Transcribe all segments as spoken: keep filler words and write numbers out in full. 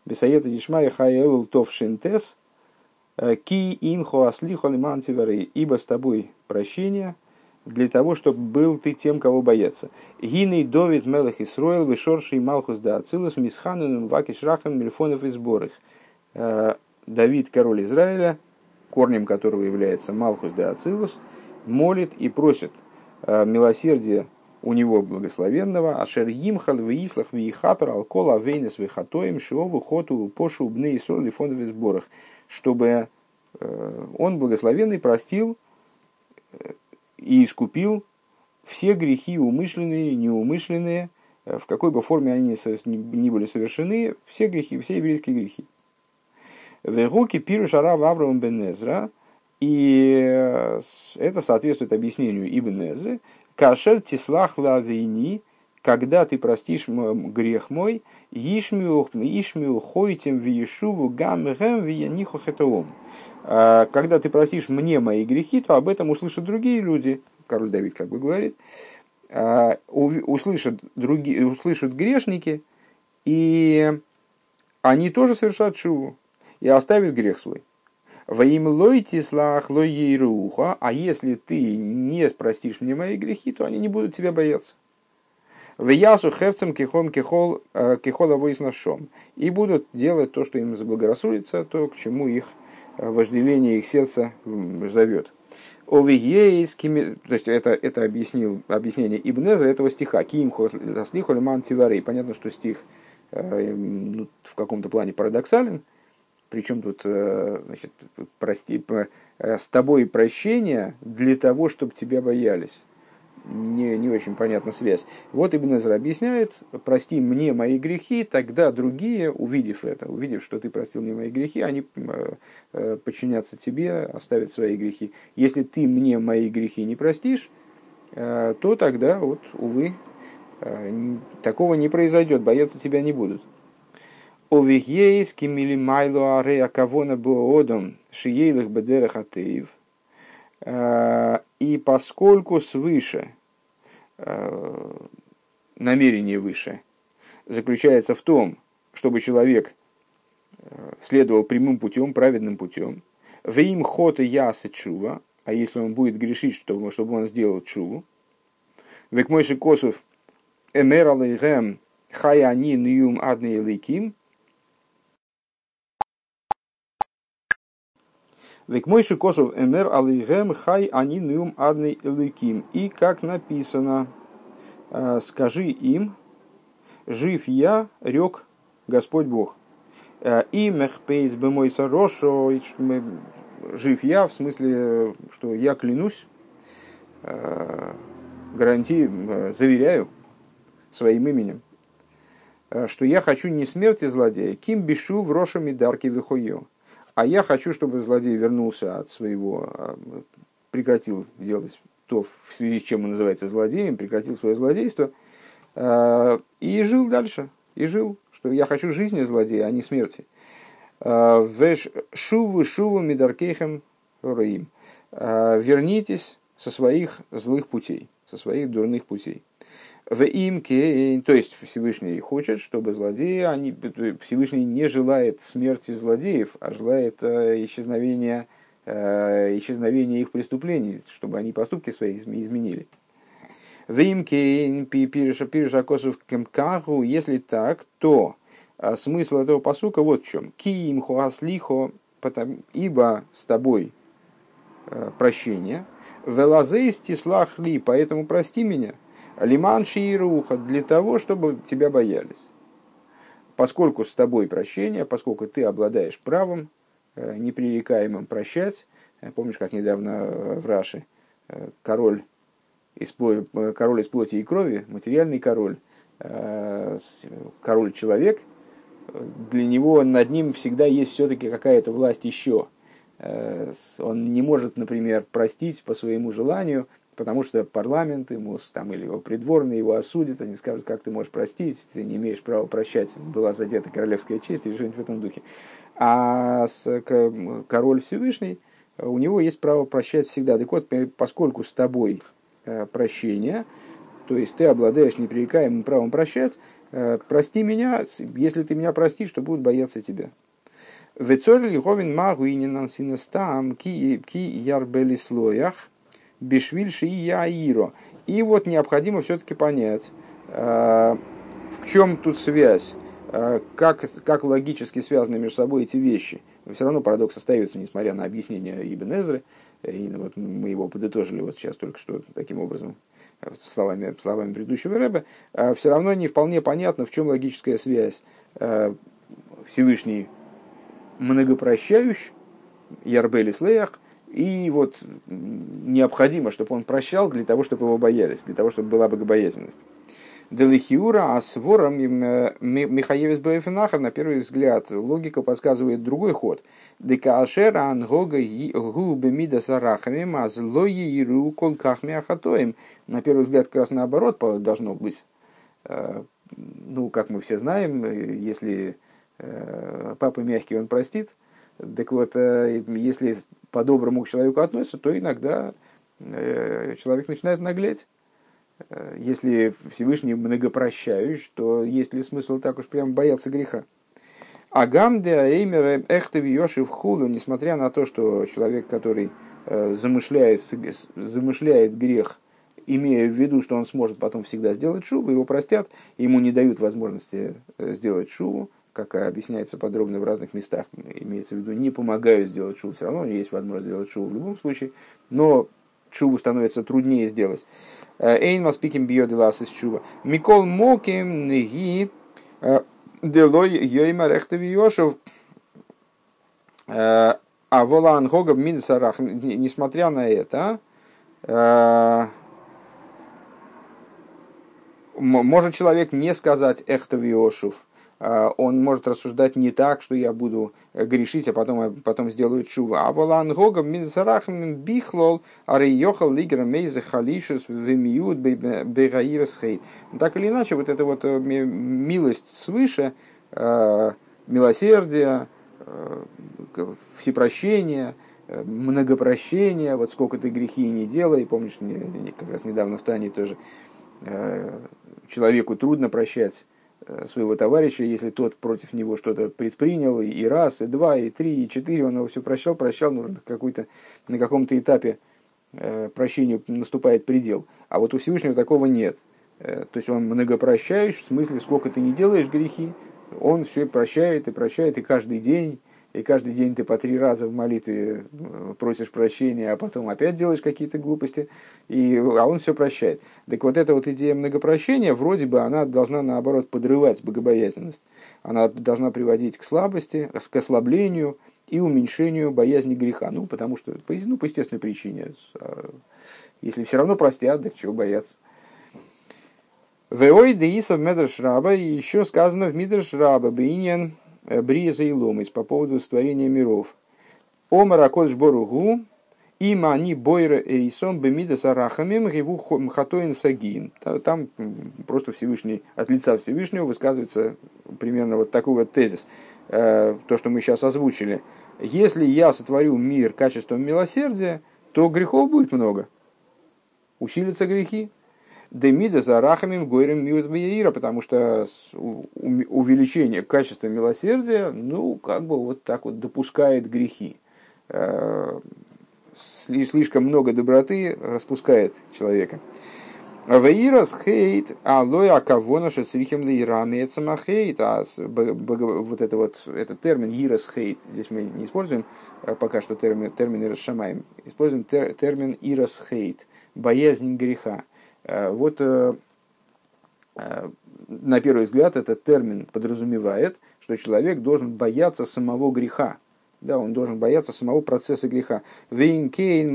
Бесаета дишмая хаэл тов шинтес, ки им хоаслихо лиман тивары, ибо с тобой прощение, для того, чтобы был ты тем, кого бояться. Гиней Довид Мелах Исроил, Вишорший Малхус да Ацилус, Мисхануном Вакиш Рахам, Мельфонов и Сборых. Давид, король Израиля, корнем которого является Малхус да Ацилус, молит и просит милосердия у него благословенного, Ашер Имхал, Виислах, Виихапер, Алкола, Вейнес, Вихатоим, Шиову, Хоту, Пошу, Бне Исрол, Лифонов и Сборах, чтобы он, благословенный, простил и искупил все грехи, умышленные, неумышленные, в какой бы форме они ни были совершены, все грехи, все еврейские грехи. Вегуки пируш арав Авраам бен Эзра, и это соответствует объяснению Ибн Эзры, кашер тислах лавейни, когда ты простишь грех мой, ишмиу ишмиу хойтем виешуву гам гэм вияниху хэтоум. Когда ты простишь мне мои грехи, то об этом услышат другие люди, король Давид как бы говорит, услышат, другие, услышат грешники, и они тоже совершат шуву и оставят грех свой. Воим лойти слах лой ейруха, а если ты не простишь мне мои грехи, то они не будут тебя бояться. В ясу хевцем кихом кихол кихола войснавшом, и будут делать то, что им заблагорассудится, то, к чему их вожделение их сердца зовет. Овигейскими, то есть это, это объяснил, объяснение Ибн Эзра этого стиха. Киим хаслиху лиман тиварей. Понятно, что стих ну, в каком-то плане парадоксален. Причем тут, значит, прости, с тобой прощение для того, чтобы тебя боялись. Не, не очень понятна связь. Вот Ибн Эзра объясняет: прости мне мои грехи, тогда другие, увидев это, увидев, что ты простил мне мои грехи, они подчинятся тебе, оставят свои грехи. Если ты мне мои грехи не простишь, то тогда, вот, увы, такого не произойдет, бояться тебя не будут. Овигейски милимайло арея кавона боодом шиейлых бедерах атеев. И поскольку свыше, намерение выше, заключается в том, чтобы человек следовал прямым путем, праведным путем, в им ход и ясы чува, а если он будет грешить, чтобы, чтобы он сделал чуву, век мойши косов эмер алейгэм хай они ньюм адны элейким, век мойши косов эмер алейгэм хай они ньюм адны элейким, и как написано, скажи им, жив я, рек Господь Бог. И мехпейс бы мой сарошо, жив я, в смысле, что я клянусь, гарантию, заверяю своим именем, что я хочу не смерти злодея, ким бишу в рошами дарки вихойо, а я хочу, чтобы злодей вернулся от своего, прекратил делать то, в связи с чем он называется злодеем, прекратил свое злодейство, и жил дальше, и жил, что я хочу жизни злодея, а не смерти. Шуву шуву мидаркейхем роим. Вернитесь со своих злых путей, со своих дурных путей. В имке, то есть Всевышний хочет, чтобы злодеи, они, Всевышний не желает смерти злодеев, а желает исчезновения, исчезновения их преступлений, чтобы они поступки свои изменили. В имке пируша косов кемкаху, если так, то смысл этого пасука вот в чем. Киим хуаслихо, ибо с тобой прощение. Велазей стислах ли, поэтому прости меня. Лиман шиируха, для того, чтобы тебя боялись. Поскольку с тобой прощение, поскольку ты обладаешь правом непререкаемым прощать. Помнишь, как недавно в Раши король из плоти, король из плоти и крови, материальный король, король-человек, для него над ним всегда есть все-таки какая-то власть еще. Он не может, например, простить по своему желанию, потому что парламент ему, там, или его придворные его осудят, они скажут, как ты можешь простить, ты не имеешь права прощать, была задета королевская честь или что-нибудь в этом духе. А с, король Всевышний, у него есть право прощать всегда. Так вот, поскольку с тобой прощение, то есть ты обладаешь непререкаемым правом прощать, прости меня, если ты меня простишь, то будут бояться тебя. Вецорли говин магу и ненансинестам ки ки ярбели слоях бешвильши и яиро. И вот необходимо все-таки понять, в чем тут связь, как, как логически связаны между собой эти вещи. Все равно парадокс остается, несмотря на объяснение Ибн Эзры. И вот мы его подытожили вот сейчас только что таким образом, словами, словами предыдущего рэба. Все равно не вполне понятно, в чем логическая связь. Всевышний многопрощающий, ярбели слеях, и вот необходимо, чтобы он прощал для того, чтобы его боялись, для того, чтобы была богобоязненность. Делихиура, а свором Михаевис Баэфенахар, на первый взгляд, логика подсказывает другой ход. Декаашера ангога губе мида сарахами мазлои иру колкахми ахатоим. На первый взгляд, как раз наоборот должно быть. Ну, как мы все знаем, если папа мягкий, он простит. Так вот, если по-доброму к человеку относятся, то иногда человек начинает наглеть. Если Всевышний многопрощающий, то есть ли смысл так уж прям бояться греха? Агамде Эймер Эхтеви Йоши в Худу, несмотря на то, что человек, который замышляет, замышляет грех, имея в виду, что он сможет потом всегда сделать шуву, его простят, ему не дают возможности сделать шуву, как объясняется подробно в разных местах, имеется в виду, не помогают сделать шуву, все равно у него есть возможность сделать шуву в любом случае, но шуву становится труднее сделать. Эйн маспиким биодилас из шува. Микол моким неги делой йойма рехтеви йошев. А волан гогаб минсарах. Несмотря на это, может человек не сказать эхтеви йошев. Он может рассуждать не так, что я буду грешить, а потом, а потом сделаю чува. А волан гогам минзарахм бихлол арейохал лигер мейзе халишус вемиют бегаирс хейт. Так или иначе, вот эта вот милость свыше, милосердие, всепрощение, многопрощение, вот сколько ты грехи не делай, помнишь, как раз недавно в Тане тоже человеку трудно прощать своего товарища, если тот против него что-то предпринял, и раз, и два, и три, и четыре, он его все прощал, прощал, нужно какой-то, на каком-то этапе э, прощению наступает предел. А вот у Всевышнего такого нет. Э, то есть он многопрощающий, в смысле, сколько ты не делаешь грехи, он все прощает и прощает, и каждый день, и каждый день ты по три раза в молитве просишь прощения, а потом опять делаешь какие-то глупости, и, а он все прощает. Так вот эта вот идея многопрощения, вроде бы она должна наоборот подрывать богобоязненность. Она должна приводить к слабости, к ослаблению и уменьшению боязни греха. Ну, потому что, ну, по естественной причине. Если все равно простят, так чего бояться. Веой деисов медреш раба, и еще сказано в мидреш раба, бейнен Бриеза и Ломис по поводу сотворения миров. Омар акодж боругу, има они бойра эйсом бемида сарахамим гиву мхатоин сагин. Там просто Всевышний, от лица Всевышнего высказывается примерно вот такой вот тезис. То, что мы сейчас озвучили. Если я сотворю мир качеством милосердия, то грехов будет много. Усилятся грехи. Демида за рахамим гойрем миут бияира, потому что увеличение качества милосердия, ну, как бы вот так вот допускает грехи. Слишком много доброты распускает человека. Ваирас хейт, алой акавона шецрихем лейраме цамахейт. Вот это вот, этот термин ирас хейт, здесь мы не используем пока что термин, термин ирас шамаем, используем тер, термин ирас хейт, боязнь греха. Вот на первый взгляд этот термин подразумевает, что человек должен бояться самого греха. Да, он должен бояться самого процесса греха. Если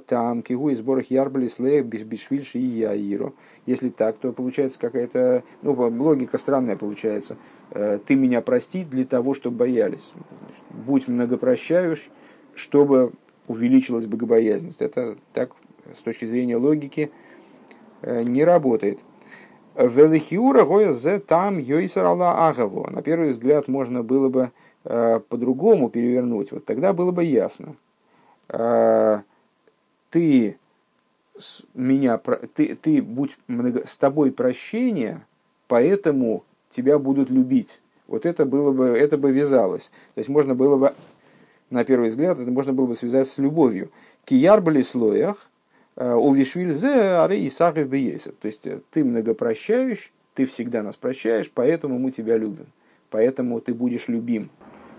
так, то получается какая-то, ну, логика странная получается. Ты меня прости для того, чтобы боялись. Будь многопрощающий, чтобы увеличилась богобоязненность. Это так, с точки зрения логики, не работает. Велихиура гоя там йойсарала агаво. На первый взгляд можно было бы э, по-другому перевернуть. Вот тогда было бы ясно. Э, ты с меня, ты, ты будь много, с тобой прощение, поэтому тебя будут любить. Вот это было бы, это бы вязалось. То есть можно было бы, на первый взгляд, это можно было бы связать с любовью. Кияр были слоях, увишвильзе ары исахев бейесов. То есть ты многопрощающий, ты всегда нас прощаешь, поэтому мы тебя любим. Поэтому ты будешь любим.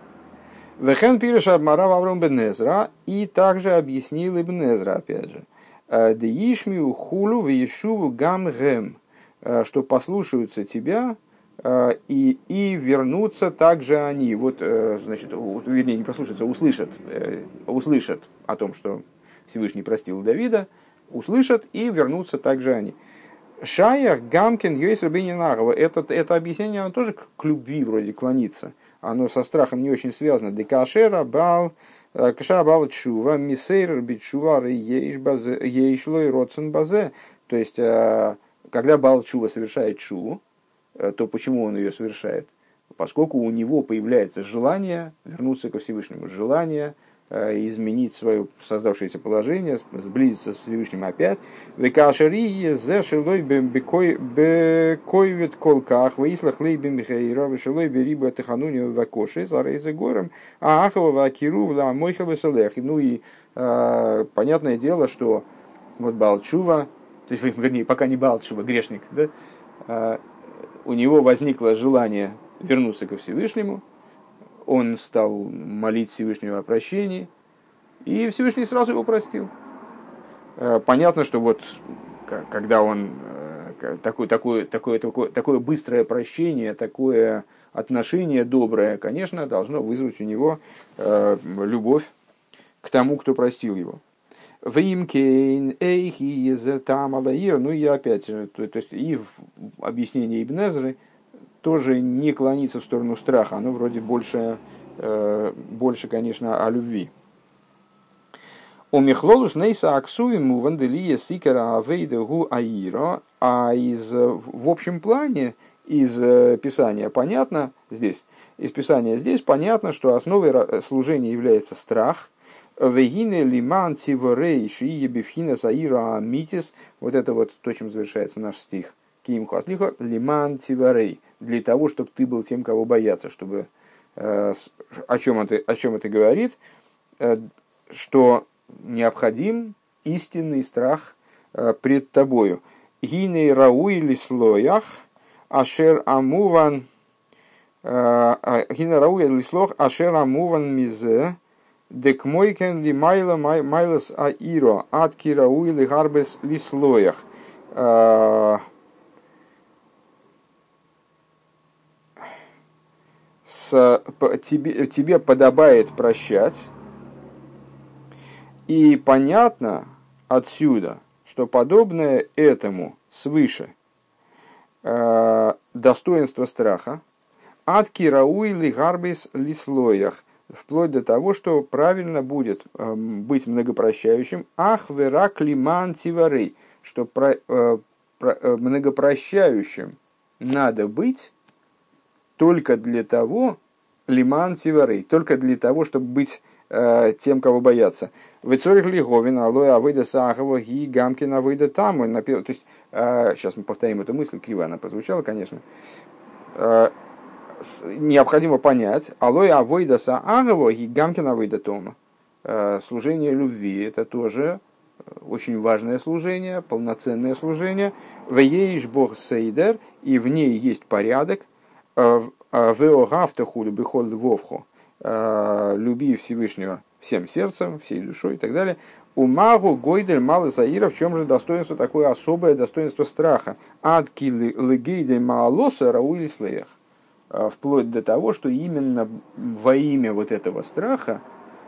Вехен пируша Марав Авром бен Эзра, и также объяснил Ибн Эзра, опять же. Деишмиу хулу веешуву гам гэм, что послушаются тебя и, и вернутся также они. Вот, значит, вернее, не послушаются, услышат, услышат о том, что Всевышний простил Давида, услышат и вернутся также они. Шаях Гамкин Йойс Рабининагова. Это, это объяснение, оно тоже к любви вроде клонится. Оно со страхом не очень связано. Декашера бал кашера бал чува мисейр бичува ейшлой родсен базе. То есть, когда бал чува совершает чуву, то почему он ее совершает? Поскольку у него появляется желание вернуться ко Всевышнему, желание изменить свое создавшееся положение, сблизиться с Всевышним опять. Векашери зе шелой бекойвет колках выислах лейбим михаира шелой бериба теханунию вакоши зарейзе горем а ахова вакиру вла мойха веселех. Ну и э, понятное дело, что вот Балчува, то есть, вернее, пока не Балчува, грешник, да, э, у него возникло желание вернуться ко Всевышнему. Он стал молить Всевышнего о прощении, и Всевышний сразу его простил. Понятно, что вот когда он такое, такое, такое, такое, такое быстрое прощение, такое отношение доброе, конечно, должно вызвать у него любовь к тому, кто простил его. Вимкейн, эйхи, там, алаир. Ну и опять, то, то есть и в объяснении Ибн Эзры тоже не клонится в сторону страха, оно вроде больше, э, больше, конечно, о любви. У Михлолус нейса аксуиму ванделия сикера авейдегу аиро, а из, в общем плане из Писания понятно здесь, из Писания здесь понятно, что основой служения является страх. Вегине лиман тиворей шии бифхина саира амитис. Вот это вот то, чем завершается наш стих. Киим хаслиха лиман тиворей. Для того, чтобы ты был тем, кого бояться, чтобы э, о чем это, о чем это говорит, э, что необходим истинный страх э, пред тобою. Гиней рауи лислоях ашер амуван гиней рауи лислох ашер амуван мизе дек мойкен ли майла майлас аиро атки рауи лигарбес лислоях. С, тебе, тебе подобает прощать, и понятно отсюда, что подобное этому свыше э, достоинство страха, от кирауи ли гарбис лислоях, вплоть до того, что правильно будет э, быть многопрощающим, ах верак лиман тивары, что про, э, про, э, многопрощающим надо быть только для того, лиман тивары, только для того, чтобы быть э, тем, кого бояться. Вецорих лиговин, алоэ авыда сахова, ги гамкин авыда таму. То есть, э, сейчас мы повторим эту мысль, криво она прозвучала, конечно. Э, с, необходимо понять, алоэ авыда сахова, ги гамкин авыда тома. Э, служение любви, это тоже очень важное служение, полноценное служение. Вееш бог сейдер, и в ней есть порядок. Веогавтахулю бихол вовху, люби Всевышнего всем сердцем, всей душой и так далее. Умагу гойдель мало заира, в чем же достоинство, такое особое достоинство страха. Адки легейдель маалоса рауили слеях. Вплоть до того, что именно во имя вот этого страха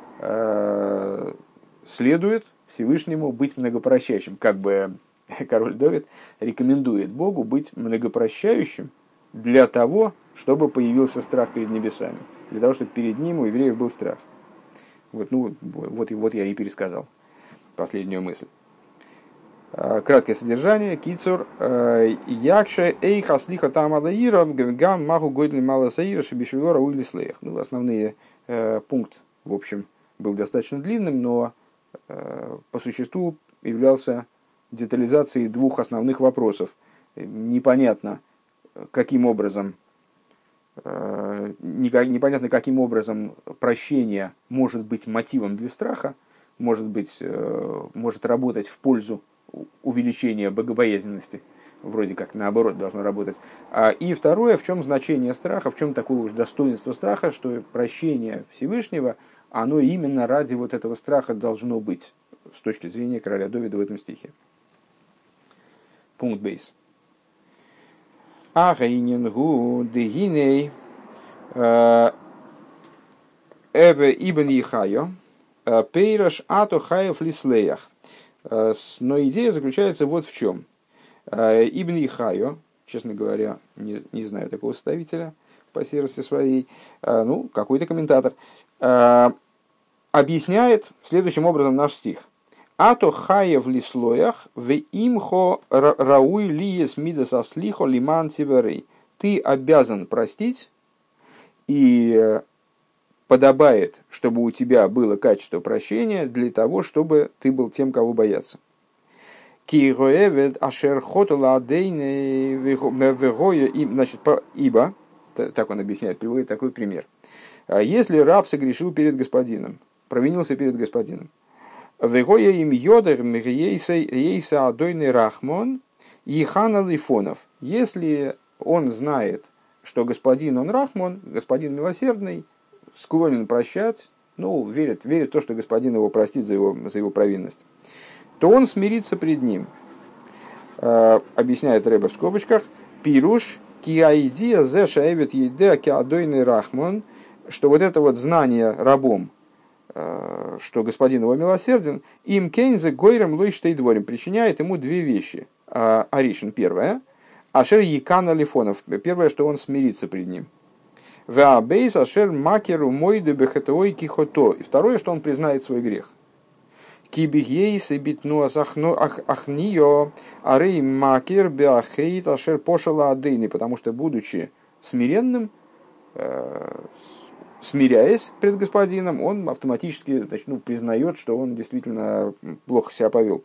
следует Всевышнему быть многопрощающим. Как бы король Давид рекомендует Богу быть многопрощающим для того, чтобы появился страх перед небесами. Для того, чтобы перед ним у евреев был страх. Вот, ну, вот, вот я и пересказал последнюю мысль. Краткое содержание. Кицур. Якша эйха слиха там алаира гам маху гойдли мало саира шибишвилора уили слеях. Ну, основные э, пункт, в общем, был достаточно длинным, но э, по существу являлся детализацией двух основных вопросов. Непонятно, каким образом непонятно, каким образом прощение может быть мотивом для страха, может быть, может работать в пользу увеличения богобоязненности, вроде как наоборот должно работать. И второе, в чем значение страха, в чем такое уж достоинство страха, что прощение Всевышнего, оно именно ради вот этого страха должно быть, с точки зрения короля Довида в этом стихе. Пункт бейс. Агайнингу дегиней эве ибн Ихайо пейраш ато хаев лислеях. Но идея заключается вот в чем. Ибн Ихайо, честно говоря, не, не знаю такого составителя по серости своей, ну, какой-то комментатор, объясняет следующим образом наш стих. «Ато хае в лислоях, в имхо рауй лиес мидас аслихо лиман тиверей». Ты обязан простить, и подобает, чтобы у тебя было качество прощения для того, чтобы ты был тем, кого бояться. Значит, ибо, так он объясняет, приводит такой пример. Если раб согрешил перед господином, провинился перед господином, если он знает, что господин он рахмон, господин милосердный, склонен прощать, ну, верит, верит в то, что господин его простит за его, за его провинность, то он смирится пред ним. Э, объясняет Ребе в скобочках, пируш киаидия зе шаевит еде киадойный рахмон, что вот это вот знание рабом, э, что господин его милосерден, им кейнзе гойрем лойштей дворим, причиняет ему две вещи. Э, Аришин первое, ашер якана лифонов, первое, что он смирится пред ним. И второе, что он признает свой грех. Потому что, будучи смиренным, смиряясь пред господином, он автоматически, значит, ну, признает, что он действительно плохо себя повел.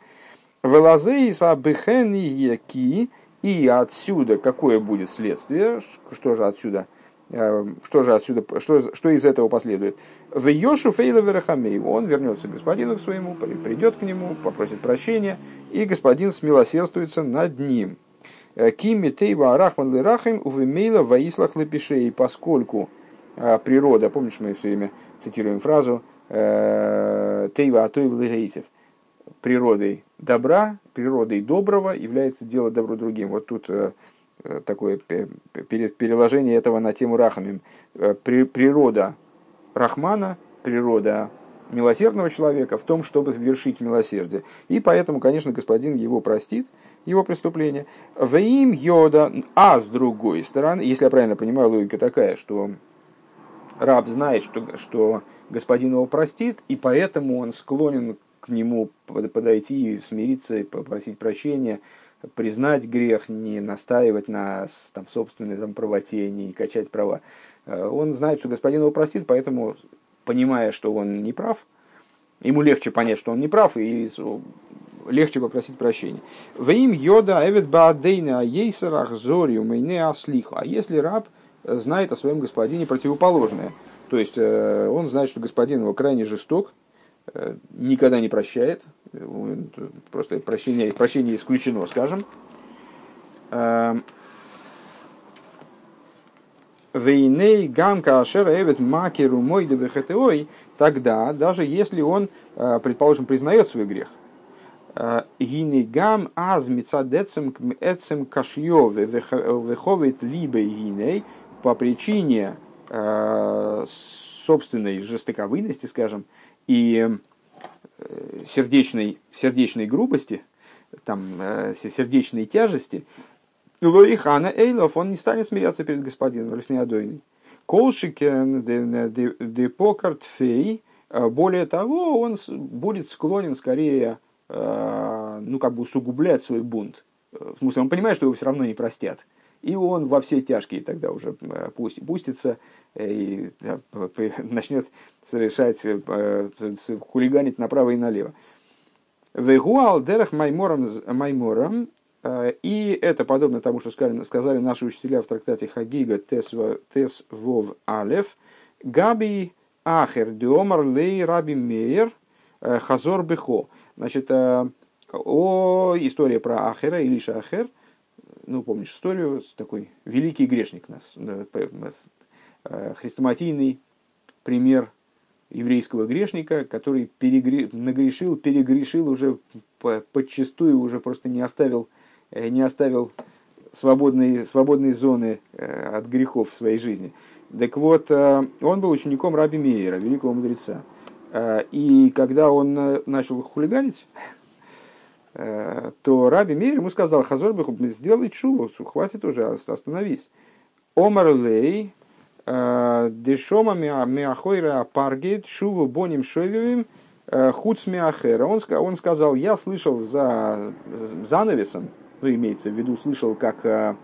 И отсюда какое будет следствие? Что же отсюда? Что же отсюда, что, что из этого последует? В Йошу Фейла Верахамей, он вернется к господину к своему, придет к нему, попросит прощения, и господин смилосердствуется над ним. Кими Тейва Арахман Лерахим увемейла Ваислах Лепишей, поскольку природа, помнишь, мы все время цитируем фразу Тейва Атоев Легейцев, природой добра, природой доброго является дело добро другим. Вот тут такое переложение этого на тему Рахамим. Природа Рахмана, природа милосердного человека в том, чтобы вершить милосердие. И поэтому, конечно, господин его простит, его преступление. В им йода, а с другой стороны, если я правильно понимаю, логика такая, что раб знает, что, что господин его простит, и поэтому он склонен к нему подойти, смириться и попросить прощения, признать грех, не настаивать на там, собственной там, правоте, не качать права. Он знает, что господин его простит, поэтому, понимая, что он не прав, ему легче понять, что он не прав, и легче попросить прощения. В им йода эвет баадейна ейсарах зорью мэйне аслиху. А если раб знает о своем господине противоположное, то есть он знает, что господин его крайне жесток, никогда не прощает, просто прощение, прощение исключено, скажем. Вейней гамка ашер эвет макеру мой дебехетеой, тогда, даже если он, предположим, признает свой грех, гиней гам аз мицадецем эцем кашьё веховет либо гиней, по причине собственной жестоковыйности, скажем, и сердечной, сердечной грубости, там, сердечной тяжести, Лоихана Эйлов, он не станет смиряться перед господином, Лифнеадойной. Колшикен де покартфей, более того, он будет склонен скорее, ну, как бы усугублять свой бунт. В смысле, он понимает, что его все равно не простят. И он во все тяжкие тогда уже пустится и начнет совершать, хулиганить направо и налево. Вегуал дерах майморам И это подобно тому, что сказали, сказали наши учителя в трактате Хагига Тес Вов Алеф, Габи Ахер Диомар Лей Раби Мейер Хазор Бехо. Значит, о история про Ахера, Илиша Ахер, ну, помнишь историю, такой великий грешник нас, хрестоматийный пример еврейского грешника, который перегре... нагрешил, перегрешил уже подчистую, уже просто не оставил, не оставил свободной, свободной зоны от грехов в своей жизни. Так вот, он был учеником Раби Мейера, великого мудреца. И когда он начал хулиганить, то Раби Мейер ему сказал: Хазор биху, сделай шуву, хватит уже, остановись. Омар лей дешома миахойра паргет шуву боним шовивим хуц миахера. Он сказал: я слышал за занавесом, ну, имеется в виду, слышал, как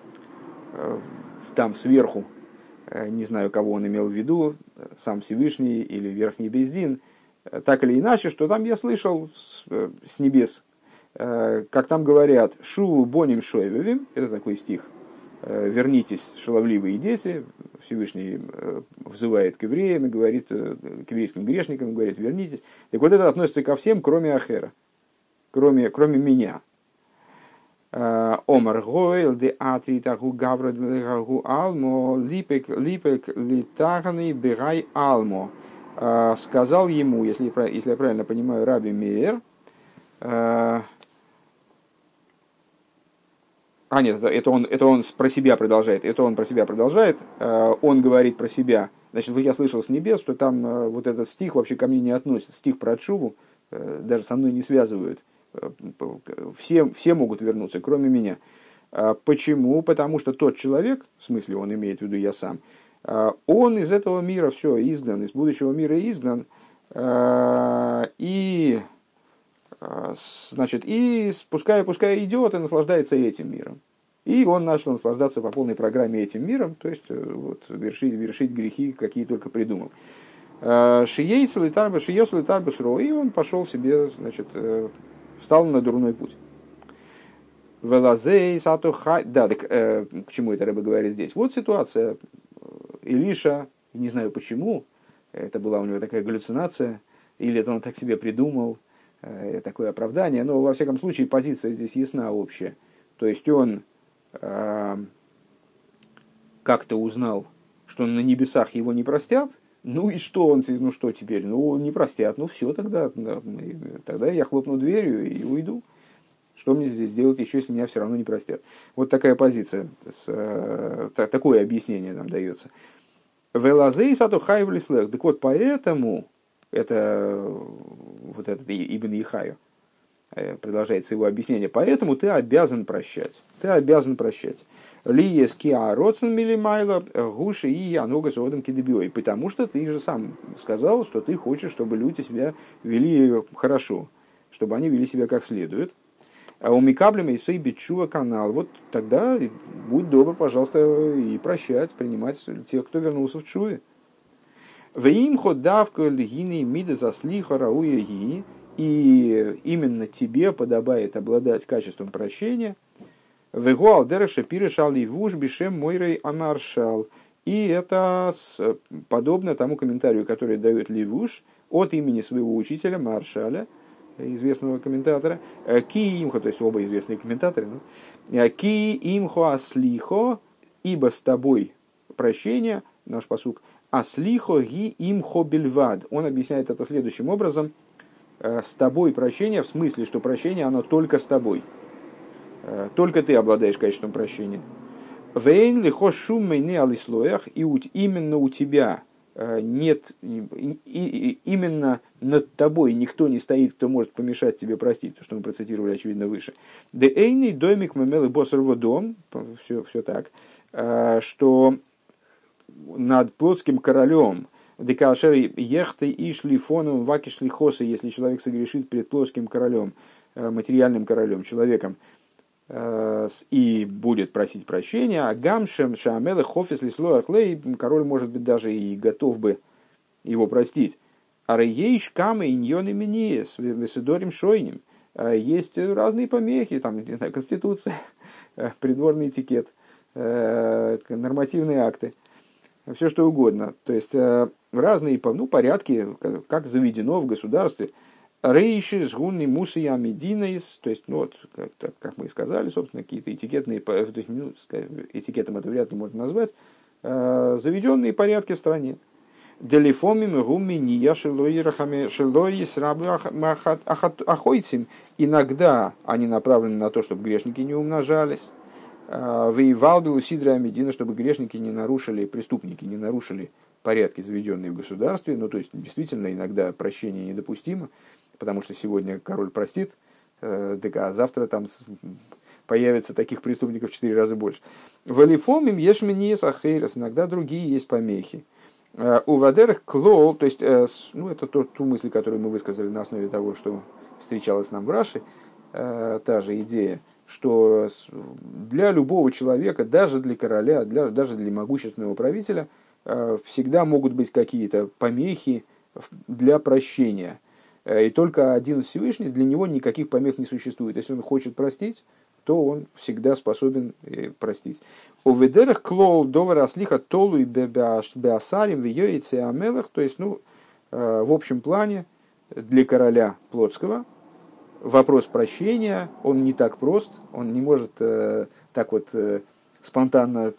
там сверху, не знаю, кого он имел в виду, сам Всевышний или Верхний Бейздин, так или иначе, что там я слышал с, с небес, как там говорят: «Шуву боним шойвевим», это такой стих, «Вернитесь, шаловливые дети», Всевышний взывает к евреям и говорит, к еврейским грешникам, говорит: «Вернитесь». Так вот это относится ко всем, кроме Ахера, кроме, кроме меня. Омар гойл де атритаху гаврадаху алмо липек липек литаханы бегай алмо. Сказал ему, если, если я правильно понимаю, Раби Мейер, а нет, это, это, он, это он про себя продолжает, это он про себя продолжает, он говорит про себя. Значит, вот я слышал с небес, что там вот этот стих вообще ко мне не относится, стих про отшуву даже со мной не связывают. Все, все могут вернуться, кроме меня. Почему? Потому что тот человек, в смысле он имеет в виду я сам, он из этого мира все изгнан, из будущего мира изгнан, и, значит, и пускай, пускай идет и наслаждается этим миром. И он начал наслаждаться по полной программе этим миром, то есть вот, вершить, вершить грехи, какие только придумал. Шиейцел и тарбас, шиейцел и тарбас ро, и он пошел себе, значит, встал на дурной путь. Велазей сатухай. Да, так, э, к чему это Рэбе говорит здесь? Вот ситуация. Илиша, не знаю почему, это была у него такая галлюцинация, или это он так себе придумал, э, такое оправдание, но во всяком случае позиция здесь ясна общая. То есть он э, как-то узнал, что на небесах его не простят. Ну и что он, ну что теперь? Ну не простят, ну все, тогда, тогда я хлопну дверью и уйду. Что мне здесь делать еще, если меня все равно не простят? Вот такая позиция, с, та, такое объяснение нам дается. Велазей сату хайвлислех. Так вот, поэтому, это вот этот Ибн Ихаю, продолжается его объяснение, поэтому ты обязан прощать. Ты обязан прощать. Ли скиа роцен милимайла гуши и анога содом кидебиой. Потому что ты же сам сказал, что ты хочешь, чтобы люди себя вели хорошо, чтобы они вели себя как следует. А у Микаблема и Сей Бичува канал. Вот тогда будь добр, пожалуйста, и прощать, принимать тех, кто вернулся в Чуве. Веимхо давка льгины мида заслиха рауя ги. И именно тебе подобает обладать качеством прощения. Вегуал дереша пирешал ливуш бишем мойрей амаршал. И это подобно тому комментарию, который дает Ливуш от имени своего учителя Маршаля, известного комментатора, ки имхо, то есть оба известные комментаторы, ну, ки имхо аслихо, ибо с тобой прощение, наш пасук, аслихо ги имхо бельвад. Он объясняет это следующим образом: с тобой прощение, в смысле, что прощение, оно только с тобой. Только ты обладаешь качеством прощения. Вейн лихо шуммей не алислоях, и именно у тебя нет, именно над тобой никто не стоит, кто может помешать тебе простить, то, что мы процитировали, очевидно, выше. Де эйный домик мемелы босарво дом, все, все так, что над плотским королем, декашер ехты и шлифоном ваки шлихосы, если человек согрешит перед плотским королем, материальным королем, человеком, и будет просить прощения, а гамшем шамелы хофис лислоахлей, король, может быть, даже и готов бы его простить. А рейш камы иньоны миниес весидорим шойним. есть разные помехи, там, не знаю, конституция, придворный этикет, нормативные акты, все что угодно. То есть разные ну, порядки, как заведено в государстве. Рейши, сгунный, мусы, амидинейс, то есть, ну вот, как, как мы и сказали, собственно, какие-то этикетные, то есть, ну, этикетом это вряд ли можно назвать, заведенные порядки в стране. Делифомим гуми ния шелои шелои срабы охойцим. Иногда они направлены на то, чтобы грешники не умножались. Воевал Белусидра Амедина, чтобы грешники не нарушили, преступники не нарушили порядки, заведенные в государстве. Ну, то есть, действительно, иногда прощение недопустимо, потому что сегодня король простит, так, а завтра там появится таких преступников в четыре раза больше. Валифомим ешмениес ахейрес, иногда другие есть помехи. У вадерах клол, то есть, ну, это то, ту мысль, которую мы высказали на основе того, что встречалось нам в Раши, та же идея, что для любого человека, даже для короля, для, даже для могущественного правителя, всегда могут быть какие-то помехи для прощения. И только один Всевышний, для него никаких помех не существует. Если он хочет простить, то он всегда способен простить. У ведерах клол довара слиха толу и беасарим вьёице амелах, то есть, ну, в общем плане, для короля плотского вопрос прощения, он не так прост, он не может так вот спонтанно,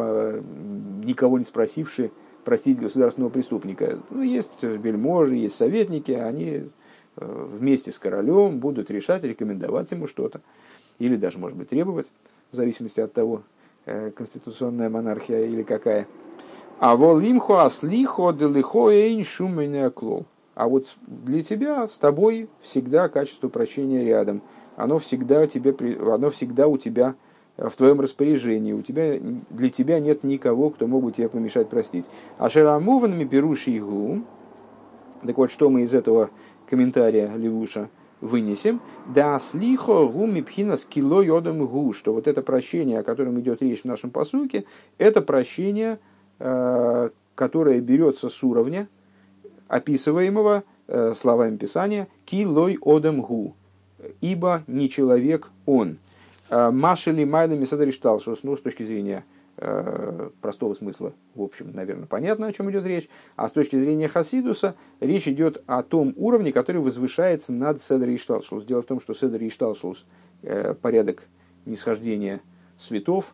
никого не спросивши, простить государственного преступника. Ну, есть вельможи, есть советники, они вместе с королем будут решать, рекомендовать ему что-то. Или даже, может быть, требовать, в зависимости от того, конституционная монархия или какая. А волимхо аслихо делихо эйн шуменя клол. А вот для тебя, с тобой, всегда качество прощения рядом. Оно всегда, тебе, оно всегда у тебя в твоем распоряжении. У тебя, для тебя нет никого, кто мог бы тебе помешать простить. А шерамуванами беруши игу. Так вот, что мы из этого комментария Левуша вынесем, да слихо гуми пхинас кило йодам гу, что вот это прощение, о котором идет речь в нашем пасуке, это прощение, которое берется с уровня, описываемого словами Писания, килой одам гу, ибо не человек он. Машели майлами садариштал, что ну, с точки зрения простого смысла, в общем, наверное, понятно, о чем идет речь. А с точки зрения Хасидуса, речь идет о том уровне, который возвышается над Седер Ишталшус. Дело в том, что Седер Ишталшус, порядок нисхождения светов,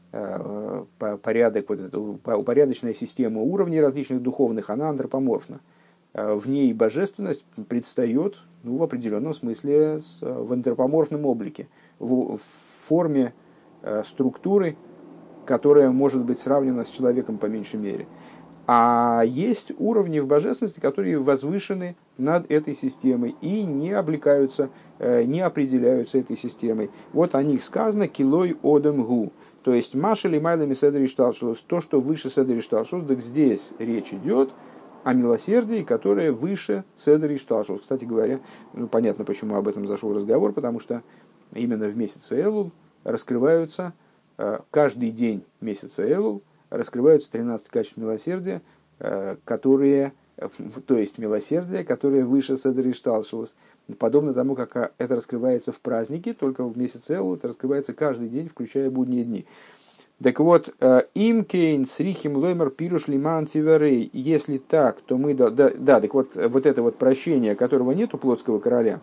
порядок, вот эта упорядоченная система уровней различных духовных, она антропоморфна. В ней божественность предстает, ну, в определенном смысле в антропоморфном облике, в форме структуры, которая может быть сравнена с человеком по меньшей мере. А есть уровни в божественности, которые возвышены над этой системой и не облекаются, не определяются этой системой. Вот о них сказано «килой одам гу». То есть «машели майлами седер ишталшус», то, что выше седер ишталшус, так здесь речь идет о милосердии, которое выше седер ишталшус. Кстати говоря, ну, понятно, почему об этом зашел разговор, потому что именно в месяц Элул раскрываются каждый день месяца Элул раскрываются тринадцать качеств милосердия, которые, то есть милосердие, которое выше Седер Ишталшус. Подобно тому, как это раскрывается в празднике, только в месяц Элул это раскрывается каждый день, включая будние дни. Так вот, им кейн срихим лоймер пируш лиман тиверей. Если так, то мы... Да, да, да, так вот, вот это вот прощение, которого нет у плотского короля,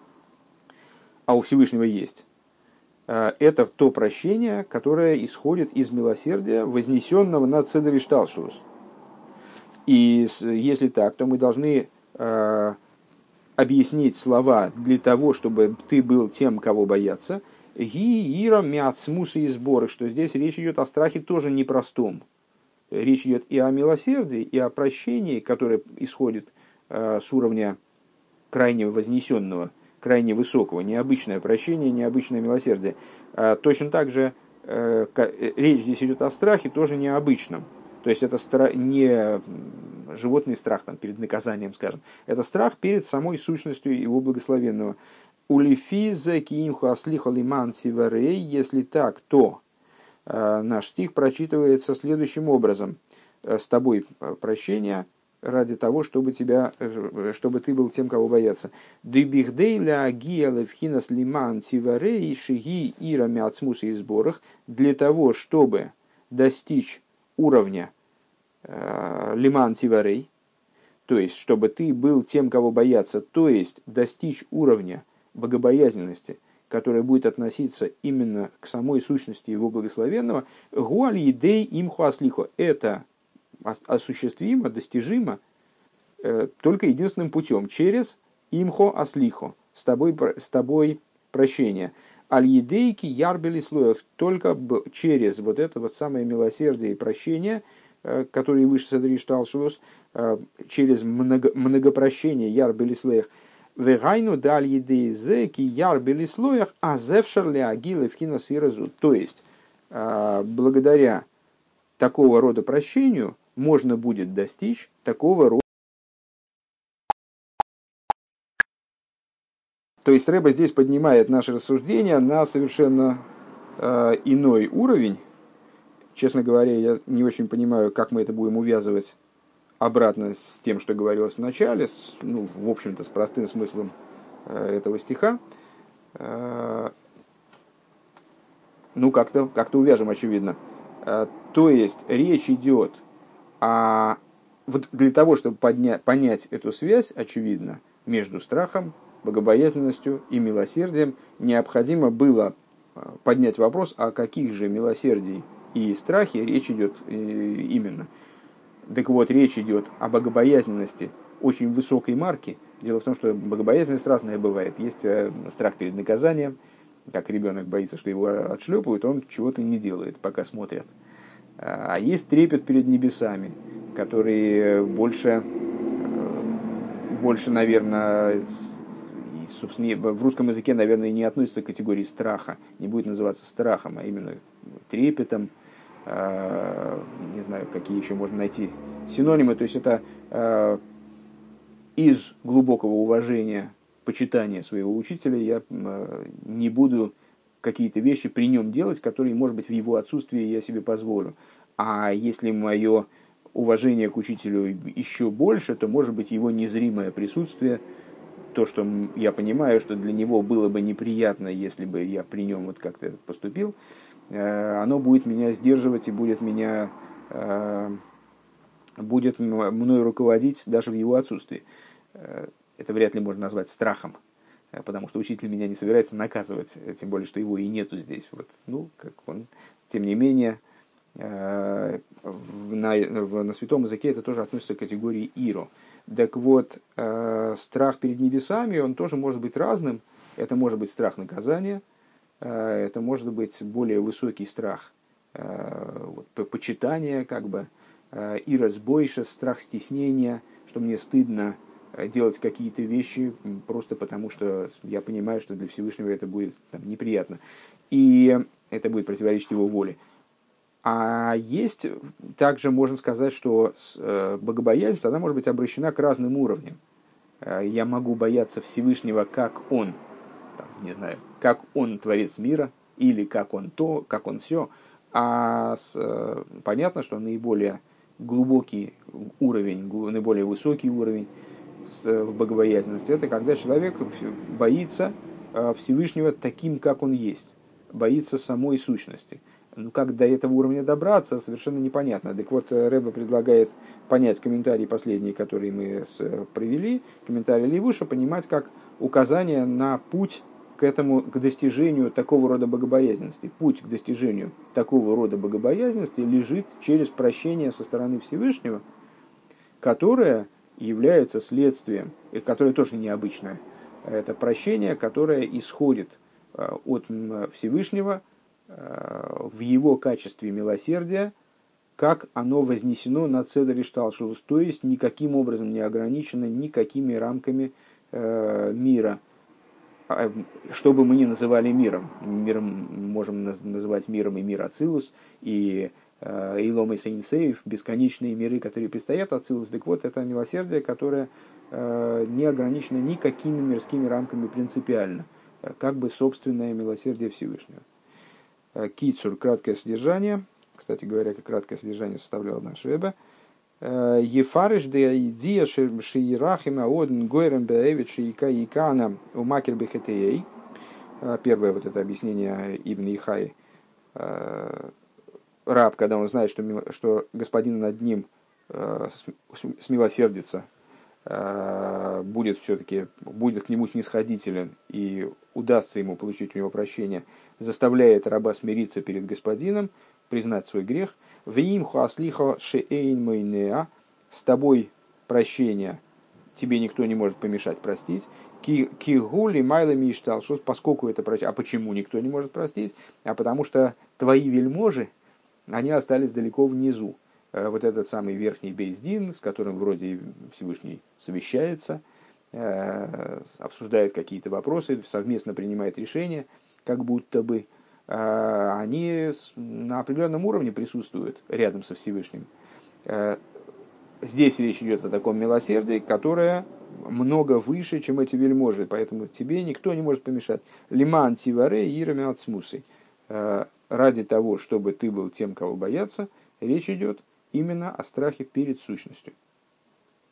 а у Всевышнего есть, это то прощение, которое исходит из милосердия, вознесенного над Седер Ишталшус. И если так, то мы должны э, объяснить слова для того, чтобы ты был тем, кого бояться. Ги-ира мяцмусы и сборы, что здесь речь идет о страхе тоже непростом. Речь идет и о милосердии, и о прощении, которое исходит э, с уровня крайне вознесенного, крайне высокого, необычное прощение, необычное милосердие. А, точно так же э, речь здесь идет о страхе, тоже необычном. То есть это стра- не животный страх там, перед наказанием, скажем. Это страх перед самой сущностью его благословенного. Улифиза киимху аслихо лиман тиварей. Если так, то э, наш стих прочитывается следующим образом. С тобой прощение, ради того, чтобы, тебя, чтобы ты был тем, кого боятся. Для того, чтобы достичь уровня лиман тиварей, то есть, чтобы ты был тем, кого боятся, то есть, достичь уровня богобоязненности, которая будет относиться именно к самой сущности его благословенного, гуаль едей имху аслихо. Это осуществимо, достижимо э, только единственным путем, через имхо аслихо, с тобой, с тобой прощение. Аль едейки ярбели слоях, только через вот это вот самое милосердие и прощение, э, которые выше садриш талшилус, э, через много, многопрощение ярбели слоях, вегайну даль едей зеки ярбели слоях, а зевшерли агилы в киносиразу. То есть, э, благодаря такого рода прощению можно будет достичь такого рода. То есть Рэбе здесь поднимает наше рассуждение на совершенно э, иной уровень. Честно говоря, я не очень понимаю, как мы это будем увязывать обратно с тем, что говорилось в начале, с, ну, в общем-то, с простым смыслом э, этого стиха. Э, ну, как-то, как-то увяжем, очевидно. Э, то есть речь идет о... Вот для того, чтобы поднять, понять эту связь, очевидно, между страхом, богобоязненностью и милосердием, необходимо было поднять вопрос, о каких же милосердии и страхе речь идет именно. Так вот, речь идет о богобоязненности очень высокой марки. Дело в том, что богобоязненность разная бывает. Есть страх перед наказанием, как ребенок боится, что его отшлепают, он чего-то не делает, пока смотрят. А есть трепет перед небесами, который больше, больше, наверное, собственно, в русском языке, наверное, не относится к категории страха, не будет называться страхом, а именно трепетом. Не знаю, какие еще можно найти синонимы. То есть это из глубокого уважения, почитания своего учителя я не буду какие-то вещи при нем делать, которые, может быть, в его отсутствии я себе позволю. А если мое уважение к учителю еще больше, то, может быть, его незримое присутствие, то, что я понимаю, что для него было бы неприятно, если бы я при нем вот как-то поступил, оно будет меня сдерживать и будет меня, будет мной руководить даже в его отсутствии. Это вряд ли можно назвать страхом, потому что учитель меня не собирается наказывать, тем более, что его и нету здесь. Вот. Ну, как он, тем не менее, на, на святом языке это тоже относится к категории иро. Так вот, страх перед небесами, он тоже может быть разным. Это может быть страх наказания, это может быть более высокий страх вот, почитания, как бы, иро сбойша, страх стеснения, что мне стыдно делать какие-то вещи просто потому, что я понимаю, что для Всевышнего это будет там, неприятно. И это будет противоречить его воле. А есть, также можно сказать, что богобоязненность, она может быть обращена к разным уровням. Я могу бояться Всевышнего, как он, там, не знаю, как он творец мира, или как он то, как он все. А с, понятно, что наиболее глубокий уровень, наиболее высокий уровень в богобоязненности, это когда человек боится Всевышнего таким, как он есть, боится самой сущности. Ну, как до этого уровня добраться, совершенно непонятно. Так вот, Рэбе предлагает понять комментарии последние, которые мы провели, комментарии Левуша, понимать как указание на путь к этому, к достижению такого рода богобоязненности. Путь к достижению такого рода богобоязненности лежит через прощение со стороны Всевышнего, которое является следствием, и которое тоже необычное. Это прощение, которое исходит от Всевышнего в его качестве милосердия, как оно вознесено на цедер ишталшелус, то есть никаким образом не ограничено никакими рамками э, мира. Что бы мы ни называли миром, миром можем называть миром и мир Ацилус, и э, Илом и Сейнсеев, бесконечные миры, которые предстоят Ацилус. Так вот, это милосердие, которое э, не ограничено никакими мирскими рамками принципиально, как бы собственное милосердие Всевышнего. Кицур, краткое содержание. Кстати говоря, как краткое содержание составлял наш Ребе. Ефариш де идея шиирахима одн гойрем беевит шиика икана у макер бехетеей. Первое вот это объяснение Ибн Ихай. Раб, когда он знает, что, что господин над ним смилосердится, будет все-таки будет к нему снисходителен и удастся ему получить у него прощение, заставляет раба смириться перед господином, признать свой грех. Веимху аслихо шеэйн мойнеа, с тобой прощение тебе никто не может помешать простить. Кигули майла миштал, что поскольку это прощение, а почему никто не может простить? А потому что твои вельможи, они остались далеко внизу. Вот этот самый верхний бейздин, с которым вроде Всевышний совещается, обсуждает какие-то вопросы, совместно принимает решения, как будто бы они на определенном уровне присутствуют рядом со Всевышним. Здесь речь идет о таком милосердии, которое много выше, чем эти вельможи, поэтому тебе никто не может помешать. Лиман тиваре ирами ацмусы. Ради того, чтобы ты был тем, кого бояться, речь идет именно о страхе перед сущностью.